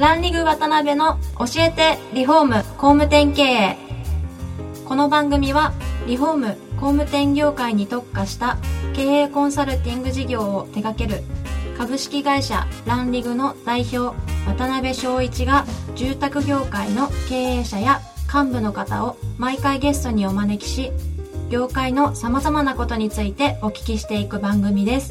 ランリグ渡辺の教えてリフォーム工務店経営。この番組はリフォーム工務店業界に特化した経営コンサルティング事業を手掛ける株式会社ランリグの代表渡辺翔一が、住宅業界の経営者や幹部の方を毎回ゲストにお招きし、業界のさまざまなことについてお聞きしていく番組です。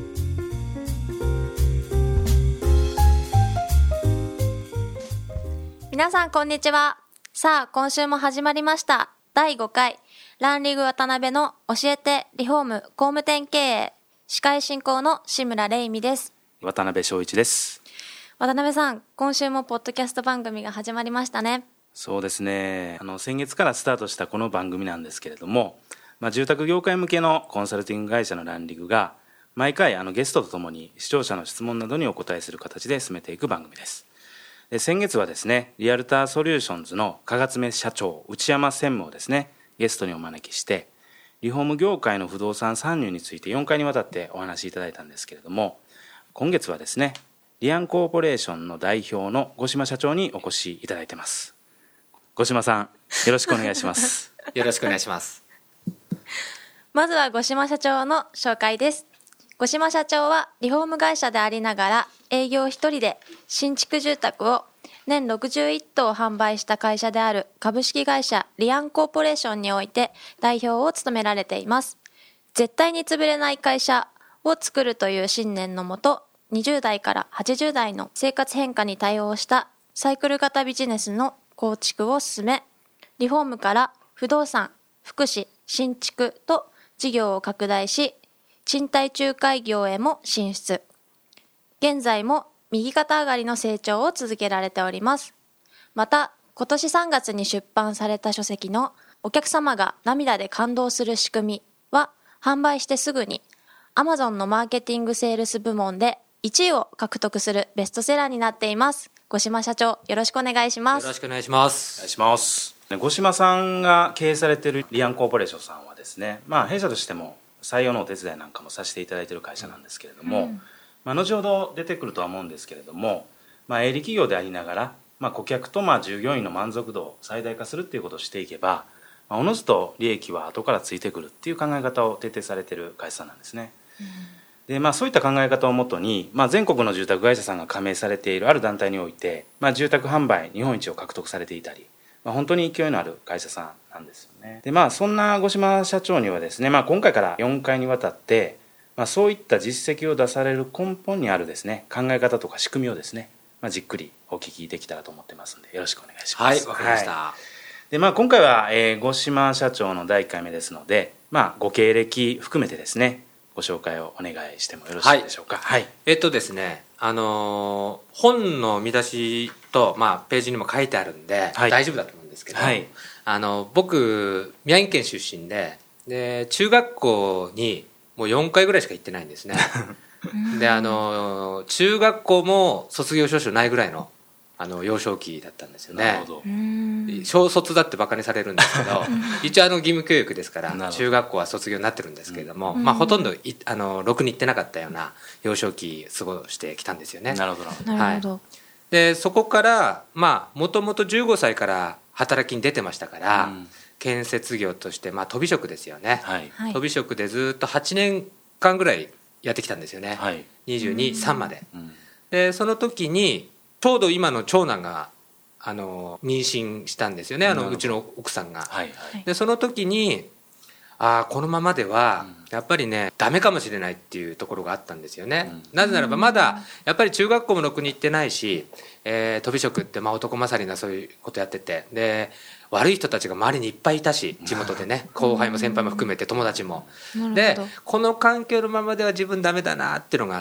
皆さんこんにちは。さあ今週も始まりました第5回ランリグ渡辺の教えてリフォーム工務店経営、司会進行の志村玲美です。 渡辺翔一です。 渡辺さん、今週もポッドキャスト番組が始まりましたね。 そうですね、先月からスタートしたこの番組なんですけれども、住宅業界向けのコンサルティング会社のランリグが毎回ゲストとともに視聴者の質問などにお答えする形で進めていく番組です。で、先月はですね、リアルターソリューションズの加賀爪社長内山専務をですねゲストにお招きして、リフォーム業界の不動産参入について4回にわたってお話しいただいたんですけれども、今月はですね、リアンコーポレーションの代表の五島社長にお越しいただいてます。五島さん、よろしくお願いしますよろしくお願いします。 まずは五島社長の紹介です。五島社長はリフォーム会社でありながら営業一人で新築住宅を年61棟販売した会社である株式会社リアンコーポレーションにおいて代表を務められています。絶対に潰れない会社を作るという信念のもと、20代から80代の生活変化に対応したサイクル型ビジネスの構築を進め、リフォームから不動産、福祉、新築と事業を拡大し、賃貸仲介業へも進出。現在も右肩上がりの成長を続けられております。また、今年3月に出版された書籍のお客様が涙で感動する仕組みは、販売してすぐに Amazon のマーケティングセールス部門で1位を獲得するベストセラーになっています。五島社長、よろしくお願いします。 よろしくお願いします。 お願いします。五島さんが経営されているリアンコーポレーションさんはですね、弊社としても採用のお手伝いなんかもさせていただいている会社なんですけれども、後ほど出てくるとは思うんですけれども、営利企業でありながら、顧客と従業員の満足度を最大化するっていうことをしていけば、おのずと利益は後からついてくるっていう考え方を徹底されている会社なんですね。で、そういった考え方をもとに、全国の住宅会社さんが加盟されているある団体において、住宅販売日本一を獲得されていたり、本当に勢いのある会社さんなんですよね。で、そんな五島社長にはですね、今回から4回にわたって、そういった実績を出される根本にあるですね、考え方とか仕組みをですね、じっくりお聞きできたらと思ってますので、よろしくお願いします。 はい、わかりました。 で、今回は、五島社長の第1回目ですので、ご経歴含めてですね、ご紹介をお願いしてもよろしいでしょうか。はい。 ですね、本の見出しと、ページにも書いてあるんで、大丈夫だと思うんですけど、僕宮城県出身で、中学校にもう4回ぐらいしか行ってないんですねで、中学校も卒業証書ないぐらいの幼少期だったんですよね。 なるほど。 小卒だってバカにされるんですけど一応義務教育ですから中学校は卒業になってるんですけれども、ほとんどろくに行ってなかったような幼少期過ごしてきたんですよね。 なるほど。 なるほど。 でそこからもともと15歳から働きに出てましたから、建設業として、とび職ですよね。とび職でずっと8年間ぐらいやってきたんですよね。22、3まで。でその時にちょうど今の長男が妊娠したんですよね、うちの奥さんが。でその時にこのままではやっぱりねダメかもしれないっていうところがあったんですよね。なぜならばまだやっぱり中学校もろくに行ってないし、とび職って男勝りなそういうことやってて、で悪い人たちが周りにいっぱいいたし、地元でね後輩も先輩も含めて友達も。でこの環境のままでは自分ダメだなっていうのがあって、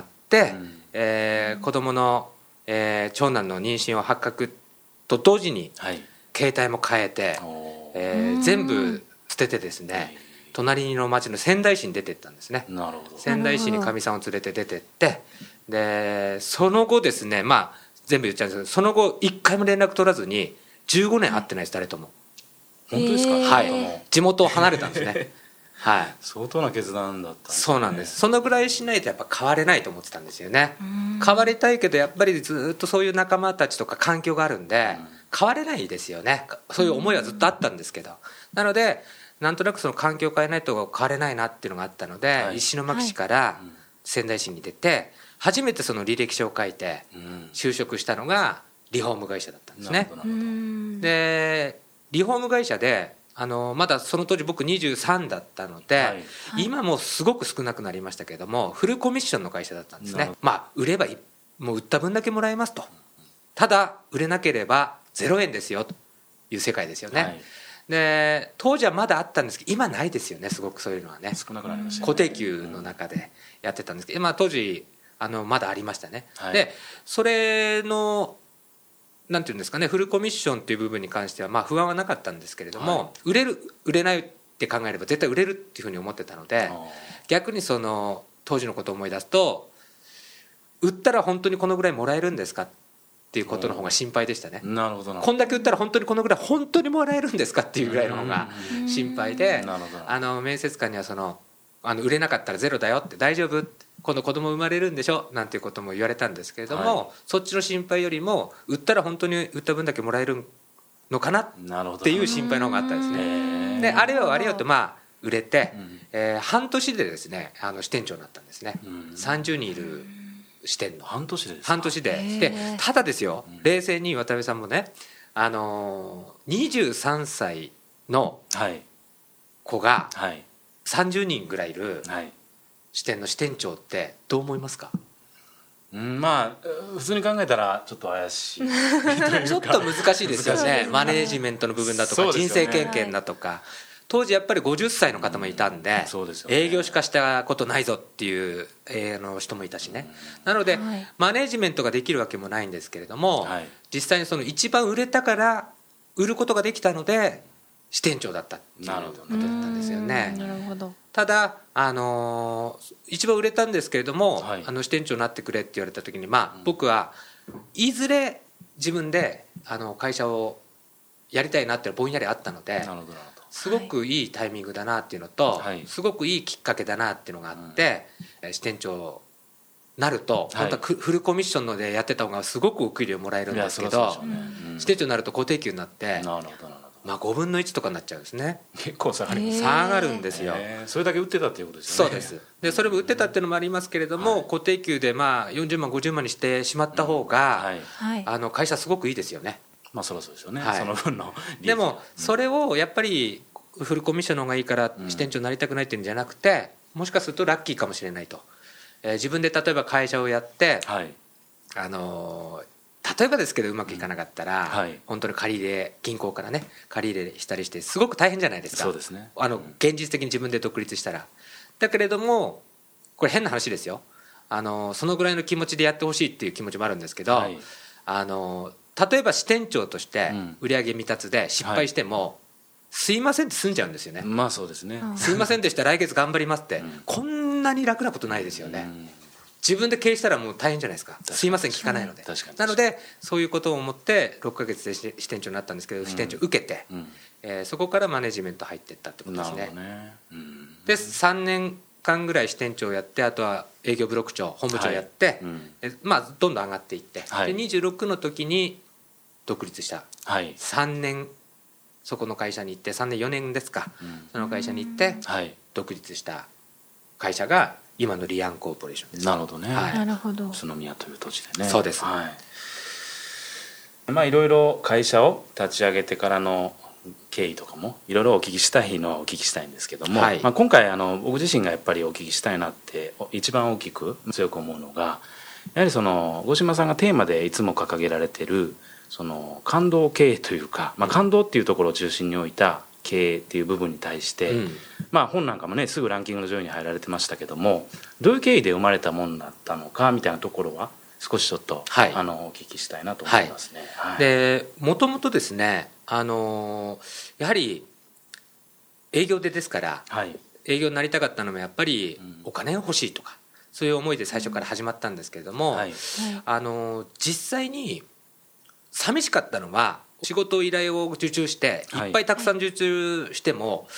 子供の、長男の妊娠を発覚と同時に、携帯も変えて、全部捨ててですね、隣の町の仙台市に出てったんですね。 なるほど。 仙台市にかみさんを連れて出てって、でその後ですね、全部言っちゃうんですけど、その後一回も連絡取らずに15年会ってないです、誰とも。 本当ですか。 地元を離れたんですねはい、 相当な決断だったんですね。 そうなんです。そのぐらいしないとやっぱ変われないと思ってたんですよね。変わりたいけどやっぱりずっとそういう仲間たちとか環境があるんで変われないですよね。そういう思いはずっとあったんですけど、なのでなんとなくその環境を変えないと変われないなっていうのがあったので、はい、石巻市から仙台市に出て初めてその履歴書を書いて就職したのがリフォーム会社だったんですね。でリフォーム会社でまだその当時僕23だったので、はい、今もすごく少なくなりましたけれどもフルコミッションの会社だったんですね。売ればもう売った分だけもらえますと、ただ売れなければ0円ですよという世界ですよね、はい、で当時はまだあったんですけど今ないですよね。すごくそういうのはね少なくなりましたね。 固定給の中でやってたんですけど、当時まだありましたね、はい、でそれのなんていうんですかね、フルコミッションっていう部分に関しては不安はなかったんですけれども、はい、売れる売れないって考えれば絶対売れるっていうふうに思ってたので、逆にその当時のことを思い出すと売ったら本当にこのぐらいもらえるんですかっていうことの方が心配でしたね。 なるほどな。 こんだけ売ったら本当にこのぐらい本当にもらえるんですかっていうぐらいの方が心配で、面接官には売れなかったらゼロだよって、大丈夫、今度子供生まれるんでしょなんていうことも言われたんですけれども、はい、そっちの心配よりも売ったら本当に売った分だけもらえるのかなっていう心配の方があったんですね。であれよあれよと売れて、半年でですね支店長になったんですね。30人いる支店の半年でですか。 半年でただですよ、冷静に渡辺さんもね23歳の子が30人ぐらいいる支店の支店長ってどう思いますか？ 普通に考えたらちょっと怪しいちょっと難しいですよね。マネージメントの部分だとか、人生経験だとか、当時やっぱり50歳の方もいたんで、営業しかしたことないぞっていう人もいたしね。なのでマネージメントができるわけもないんですけれども、実際にその一番売れたから売ることができたので支店長だったっていうことだったんですよね。 なるほど。 ただ一番売れたんですけれども、支店長になってくれって言われた時に僕はいずれ自分で会社をやりたいなってぼんやりあったので、すごくいいタイミングだなっていうのと、すごくいいきっかけだなっていうのがあって、支店長なると本当はフルコミッションのでやってた方がすごくお給料もらえるんですけど、支店長になると固定給になって5分の1とかになっちゃうんですね。 結構下がります。 下がるんですよ。 それだけ売ってたっていうことですよね。 そうです。でそれも売ってたっていうのもありますけれども、固定給で40万50万にしてしまった方が、会社すごくいいですよね。 そりゃそうですよね、その分のでもそれをやっぱりフルコミッションの方がいいから支店長になりたくないっていうんじゃなくて、もしかするとラッキーかもしれないと、自分で例えば会社をやって、例えばですけどうまくいかなかったら、本当に借り入れ銀行からね借り入れしたりしてすごく大変じゃないですか。 そうですね。 現実的に自分で独立したら。だけれどもこれ変な話ですよ、そのぐらいの気持ちでやってほしいっていう気持ちもあるんですけど、例えば支店長として売上未達で失敗しても、すいませんって済んじゃうんですよね。 そうですね。 すいませんでした来月頑張りますって、こんなに楽なことないですよね。自分で経営したらもう大変じゃないですか。すいません聞かないので。なのでそういうことを思って6ヶ月で支店長になったんですけど、支店長受けて、そこからマネジメント入っていったってことですね。で3年間ぐらい支店長をやって、あとは営業部録長本部長やって、どんどん上がっていって、で26の時に独立した、3年そこの会社に行って、3年4年ですか、その会社に行って独立した会社が今のリアンコーポレーションです。 なるほどね。 なるほど。 宇都宮という土地でね。 そうです。 いろいろ会社を立ち上げてからの経緯とかもいろいろお聞きしたいのはお聞きしたいんですけども、今回僕自身がやっぱりお聞きしたいなって一番大きく強く思うのが、やはり五島さんがテーマでいつも掲げられてる感動経営というか、感動っていうところを中心に置いた経営っていう部分に対して、本なんかもねすぐランキングの上位に入られてましたけども、どういう経緯で生まれたものだったのかみたいなところは少しちょっと、お聞きしたいなと思いますね。 でもともとですね、やはり営業ですから、営業になりたかったのもやっぱりお金が欲しいとか、そういう思いで最初から始まったんですけれども、実際に寂しかったのは仕事依頼を受注していっぱいたくさん受注しても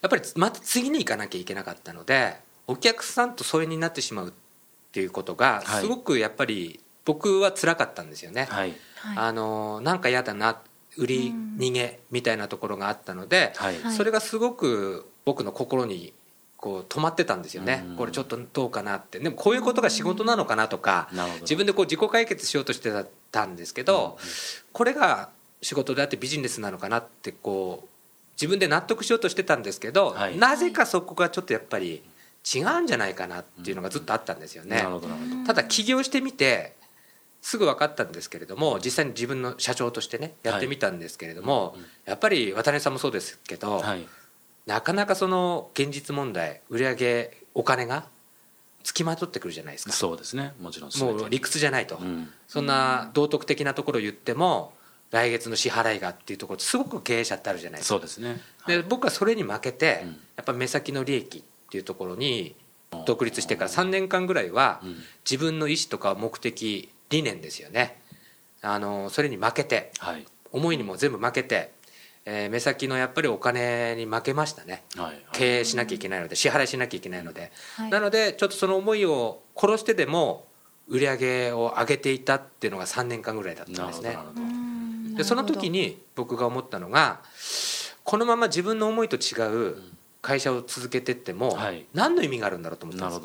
やっぱりまた次に行かなきゃいけなかったので、お客さんと疎遠になってしまうっていうことがすごくやっぱり僕は辛かったんですよね、 はい、 なんか嫌だな、売り逃げみたいなところがあったので、 はい、 それがすごく僕の心にこう止まってたんですよね、これちょっとどうかなって。でもこういうことが仕事なのかなとか、自分でこう自己解決しようとしてたんですけど、これが仕事であってビジネスなのかなってこう自分で納得しようとしてたんですけど、はい、なぜかそこがちょっとやっぱり違うんじゃないかなっていうのがずっとあったんですよね、ただ起業してみてすぐ分かったんですけれども、実際に自分の社長としてねやってみたんですけれども、やっぱり渡辺さんもそうですけど、なかなかその現実問題、売上お金がつきまとってくるじゃないですか。 そうですね、もちろんもう理屈じゃないと、そんな道徳的なところを言っても来月の支払いがっていうところすごく経営者ってあるじゃないですか。 そうですね、 で僕はそれに負けて、やっぱ目先の利益っていうところに独立してから3年間ぐらいは自分の意思とか目的理念ですよね、それに負けて、思いにも全部負けて、目先のやっぱりお金に負けましたね、経営しなきゃいけないので、支払いしなきゃいけないので、なのでちょっとその思いを殺してでも売り上げを上げていたっていうのが3年間ぐらいだったんですね。でその時に僕が思ったのが、このまま自分の思いと違う会社を続けていっても何の意味があるんだろうと思ったんです。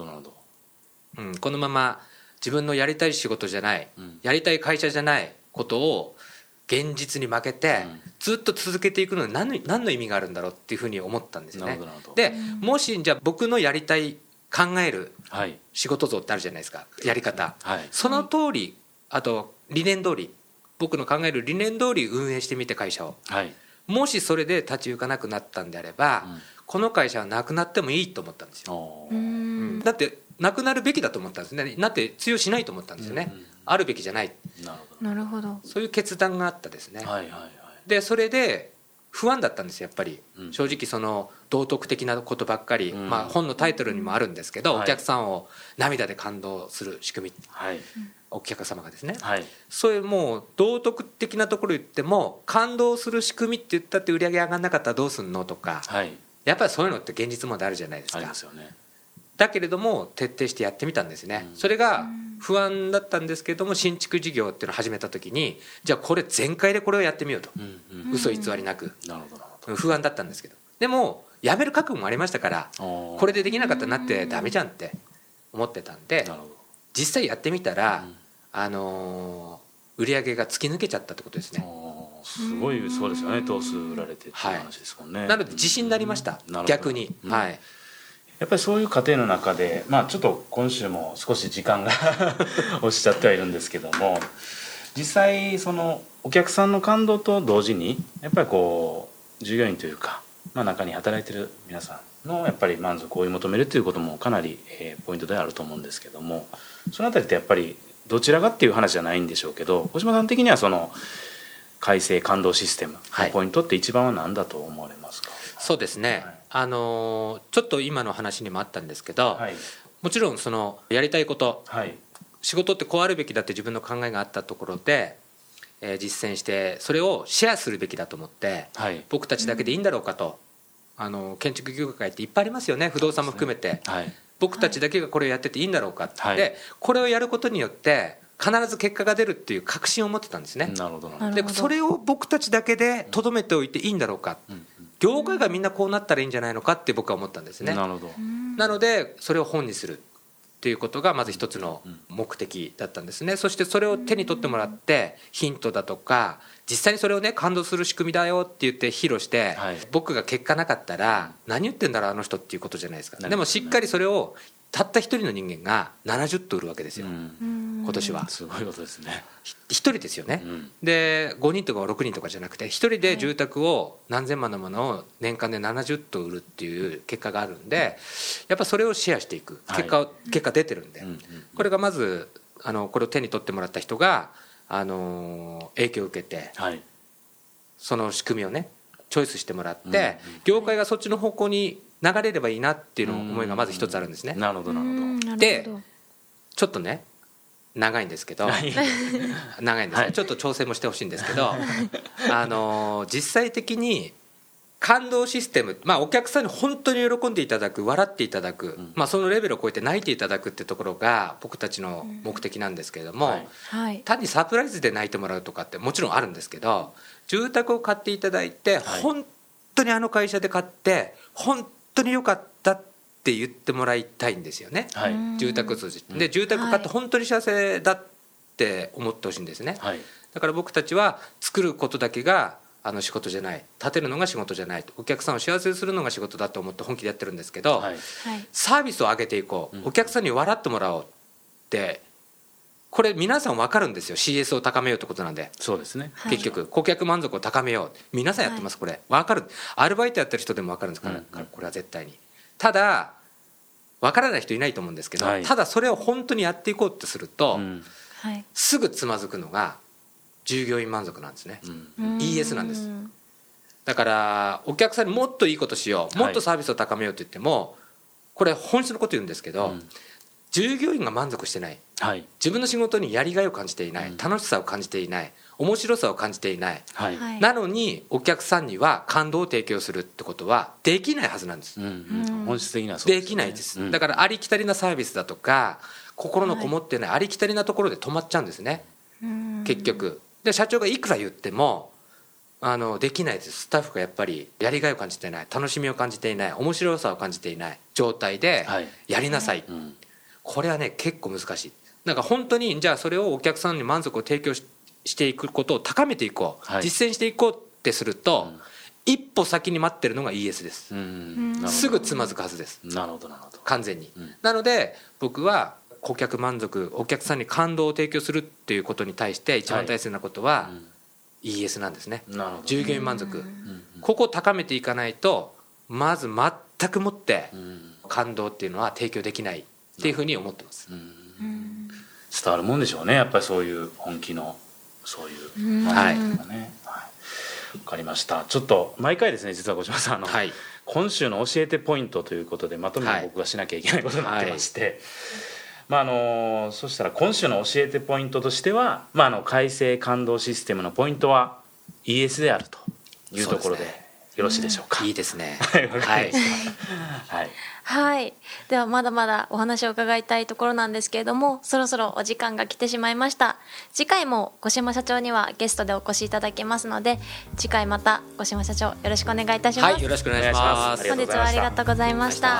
このまま自分のやりたい仕事じゃない、やりたい会社じゃないことを現実に負けてずっと続けていくのに何の意味があるんだろうっていうふうに思ったんですよね。でもしじゃあ僕のやりたい考える仕事像ってあるじゃないですか、やり方、その通り、あと理念通り、僕の考える理念通り運営してみて会社を、もしそれで立ち行かなくなったんであれば、この会社はなくなってもいいと思ったんですよ。だってなくなるべきだと思ったんですね。なって通用しないと思ったんですよね、あるべきじゃない。 なるほど。 そういう決断があったですね、でそれで不安だったんですよやっぱり、正直その道徳的なことばっかり、本のタイトルにもあるんですけど、お客さんを涙で感動する仕組み、お客様がですね、そういうもう道徳的なところ言っても感動する仕組みって言ったって売り上げ上がんなかったらどうすんのとか、やっぱりそういうのって現実問題あるじゃないですか。だけれども徹底してやってみたんですね、それが不安だったんですけれども、新築事業っていうのを始めた時に、じゃあこれ全開でこれをやってみようと、嘘偽りなく、不安だったんですけど、でもやめる覚悟もありましたから、これでできなかったらなってダメじゃんって思ってたんで、実際やってみたら、売り上げが突き抜けちゃったってことですね。 すごい、そうですよね、トース売られてっていう話ですもんね、 なので自信になりました、逆に、 やっぱりそういう過程の中で、ちょっと今週も少し時間が押しちゃってはいるんですけども、実際そのお客さんの感動と同時にやっぱりこう従業員というか、中に働いてる皆さんのやっぱり満足を追い求めるということもかなりポイントであると思うんですけども、そのあたりってやっぱりどちらがっていう話じゃないんでしょうけど、小島さん的にはその改正感動システムのポイントって一番は何だと思われますか？ そうですね、ちょっと今の話にもあったんですけど、もちろんそのやりたいこと、仕事ってこうあるべきだって自分の考えがあったところで、実践してそれをシェアするべきだと思って、僕たちだけでいいんだろうかと、建築業界っていっぱいありますよね、不動産も含めて、僕たちだけがこれをやってていいんだろうか、でこれをやることによって必ず結果が出るっていう確信を持ってたんですね。でそれを僕たちだけでとどめておいていいんだろうか、業界がみんなこうなったらいいんじゃないのかって僕は思ったんですね。なのでそれを本にするっていうことがまず一つの目的だったんですね。そしてそれを手に取ってもらってヒントだとか、実際にそれをね感動する仕組みだよって言って披露して、僕が結果なかったら何言ってんだろうあの人っていうことじゃないですか。でもしっかりそれをたった一人の人間が70頭売るわけですよ、今年は。 すごいことですね。 一人ですよね、で5人とか6人とかじゃなくて一人で住宅を何千万のものを年間で70頭売るっていう結果があるんで、やっぱそれをシェアしていく結果出てるんで、これがまずこれを手に取ってもらった人が影響を受けて、その仕組みをねチョイスしてもらって、業界がそっちの方向に流れればいいなっていうの思いがまず一つあるんですね。でちょっとね長いんですけど長いんですね、ちょっと調整もしてほしいんですけど実際的に感動システム、お客さんに本当に喜んでいただく、笑っていただく、そのレベルを超えて泣いていただくってところが僕たちの目的なんですけれども、単にサプライズで泣いてもらうとかってもちろんあるんですけど、住宅を買っていただいて、本当にあの会社で買って本当に良かったって言ってもらいたいんですよね、住宅を通じて。で住宅買って本当に幸せだって思ってほしいんですね、だから僕たちは作ることだけが仕事じゃない、建てるのが仕事じゃない、お客さんを幸せにするのが仕事だと思って本気でやってるんですけど、サービスを上げていこう、お客さんに笑ってもらおうって、これ皆さん分かるんですよ。 CS を高めようってことなんで。 そうですね、 結局顧客満足を高めよう、皆さんやってます、これ分かる。アルバイトやってる人でも分かるんですから、これは絶対に。ただ分からない人いないと思うんですけど、ただそれを本当にやっていこうとすると、すぐつまずくのが従業員満足なんですね、ES なんです。だからお客さんにもっといいことしよう、もっとサービスを高めようと言っても、これ本質のこと言うんですけど、従業員が満足してない、自分の仕事にやりがいを感じていない、楽しさを感じていない、面白さを感じていない、なのにお客さんには感動を提供するってことはできないはずなんです、 本質的にはそうですね。 できないです、だからありきたりなサービスだとか心のこもってないありきたりなところで止まっちゃうんですね、結局。で社長がいくら言ってもできないです。スタッフがやっぱりやりがいを感じていない、楽しみを感じていない、面白さを感じていない状態でやりなさい、これはね結構難しい。だから本当にじゃあそれをお客さんに満足を提供していくことを高めていこう、実践していこうってすると、一歩先に待ってるのが ES です、すぐつまずくはずです。 なるほどなるほど、 完全に、なので僕は顧客満足、お客さんに感動を提供するっていうことに対して一番大切なことは ES なんですね、従業員満足、ここを高めていかないとまず全くもって感動っていうのは提供できないっていうふうに思ってます、 伝わるもんでしょうね、やっぱりそういう本気のそういうはい、 分かりました。ちょっと毎回ですね、実は小島さん今週の教えてポイントということでまとめて僕がしなきゃいけないことになってまして、そしたら今週の教えてポイントとしては、改正感動システムのポイントは ES であるというところでよろしいでしょうか。 いいですねはい、ではまだまだお話を伺いたいところなんですけれども、そろそろお時間が来てしまいました。次回も五島社長にはゲストでお越しいただけますので、次回また五島社長よろしくお願いいたします。 よろしくお願いします。 本日はありがとうございました。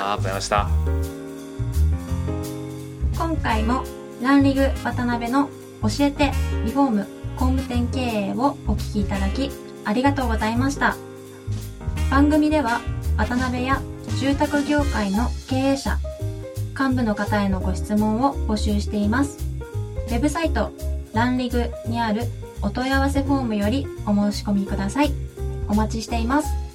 今回もランリグ渡辺の教えてリフォーム工務店経営をお聞きいただきありがとうございました。番組では渡辺や住宅業界の経営者、幹部の方へのご質問を募集しています。ウェブサイトランリグにあるお問い合わせフォームよりお申し込みください。お待ちしています。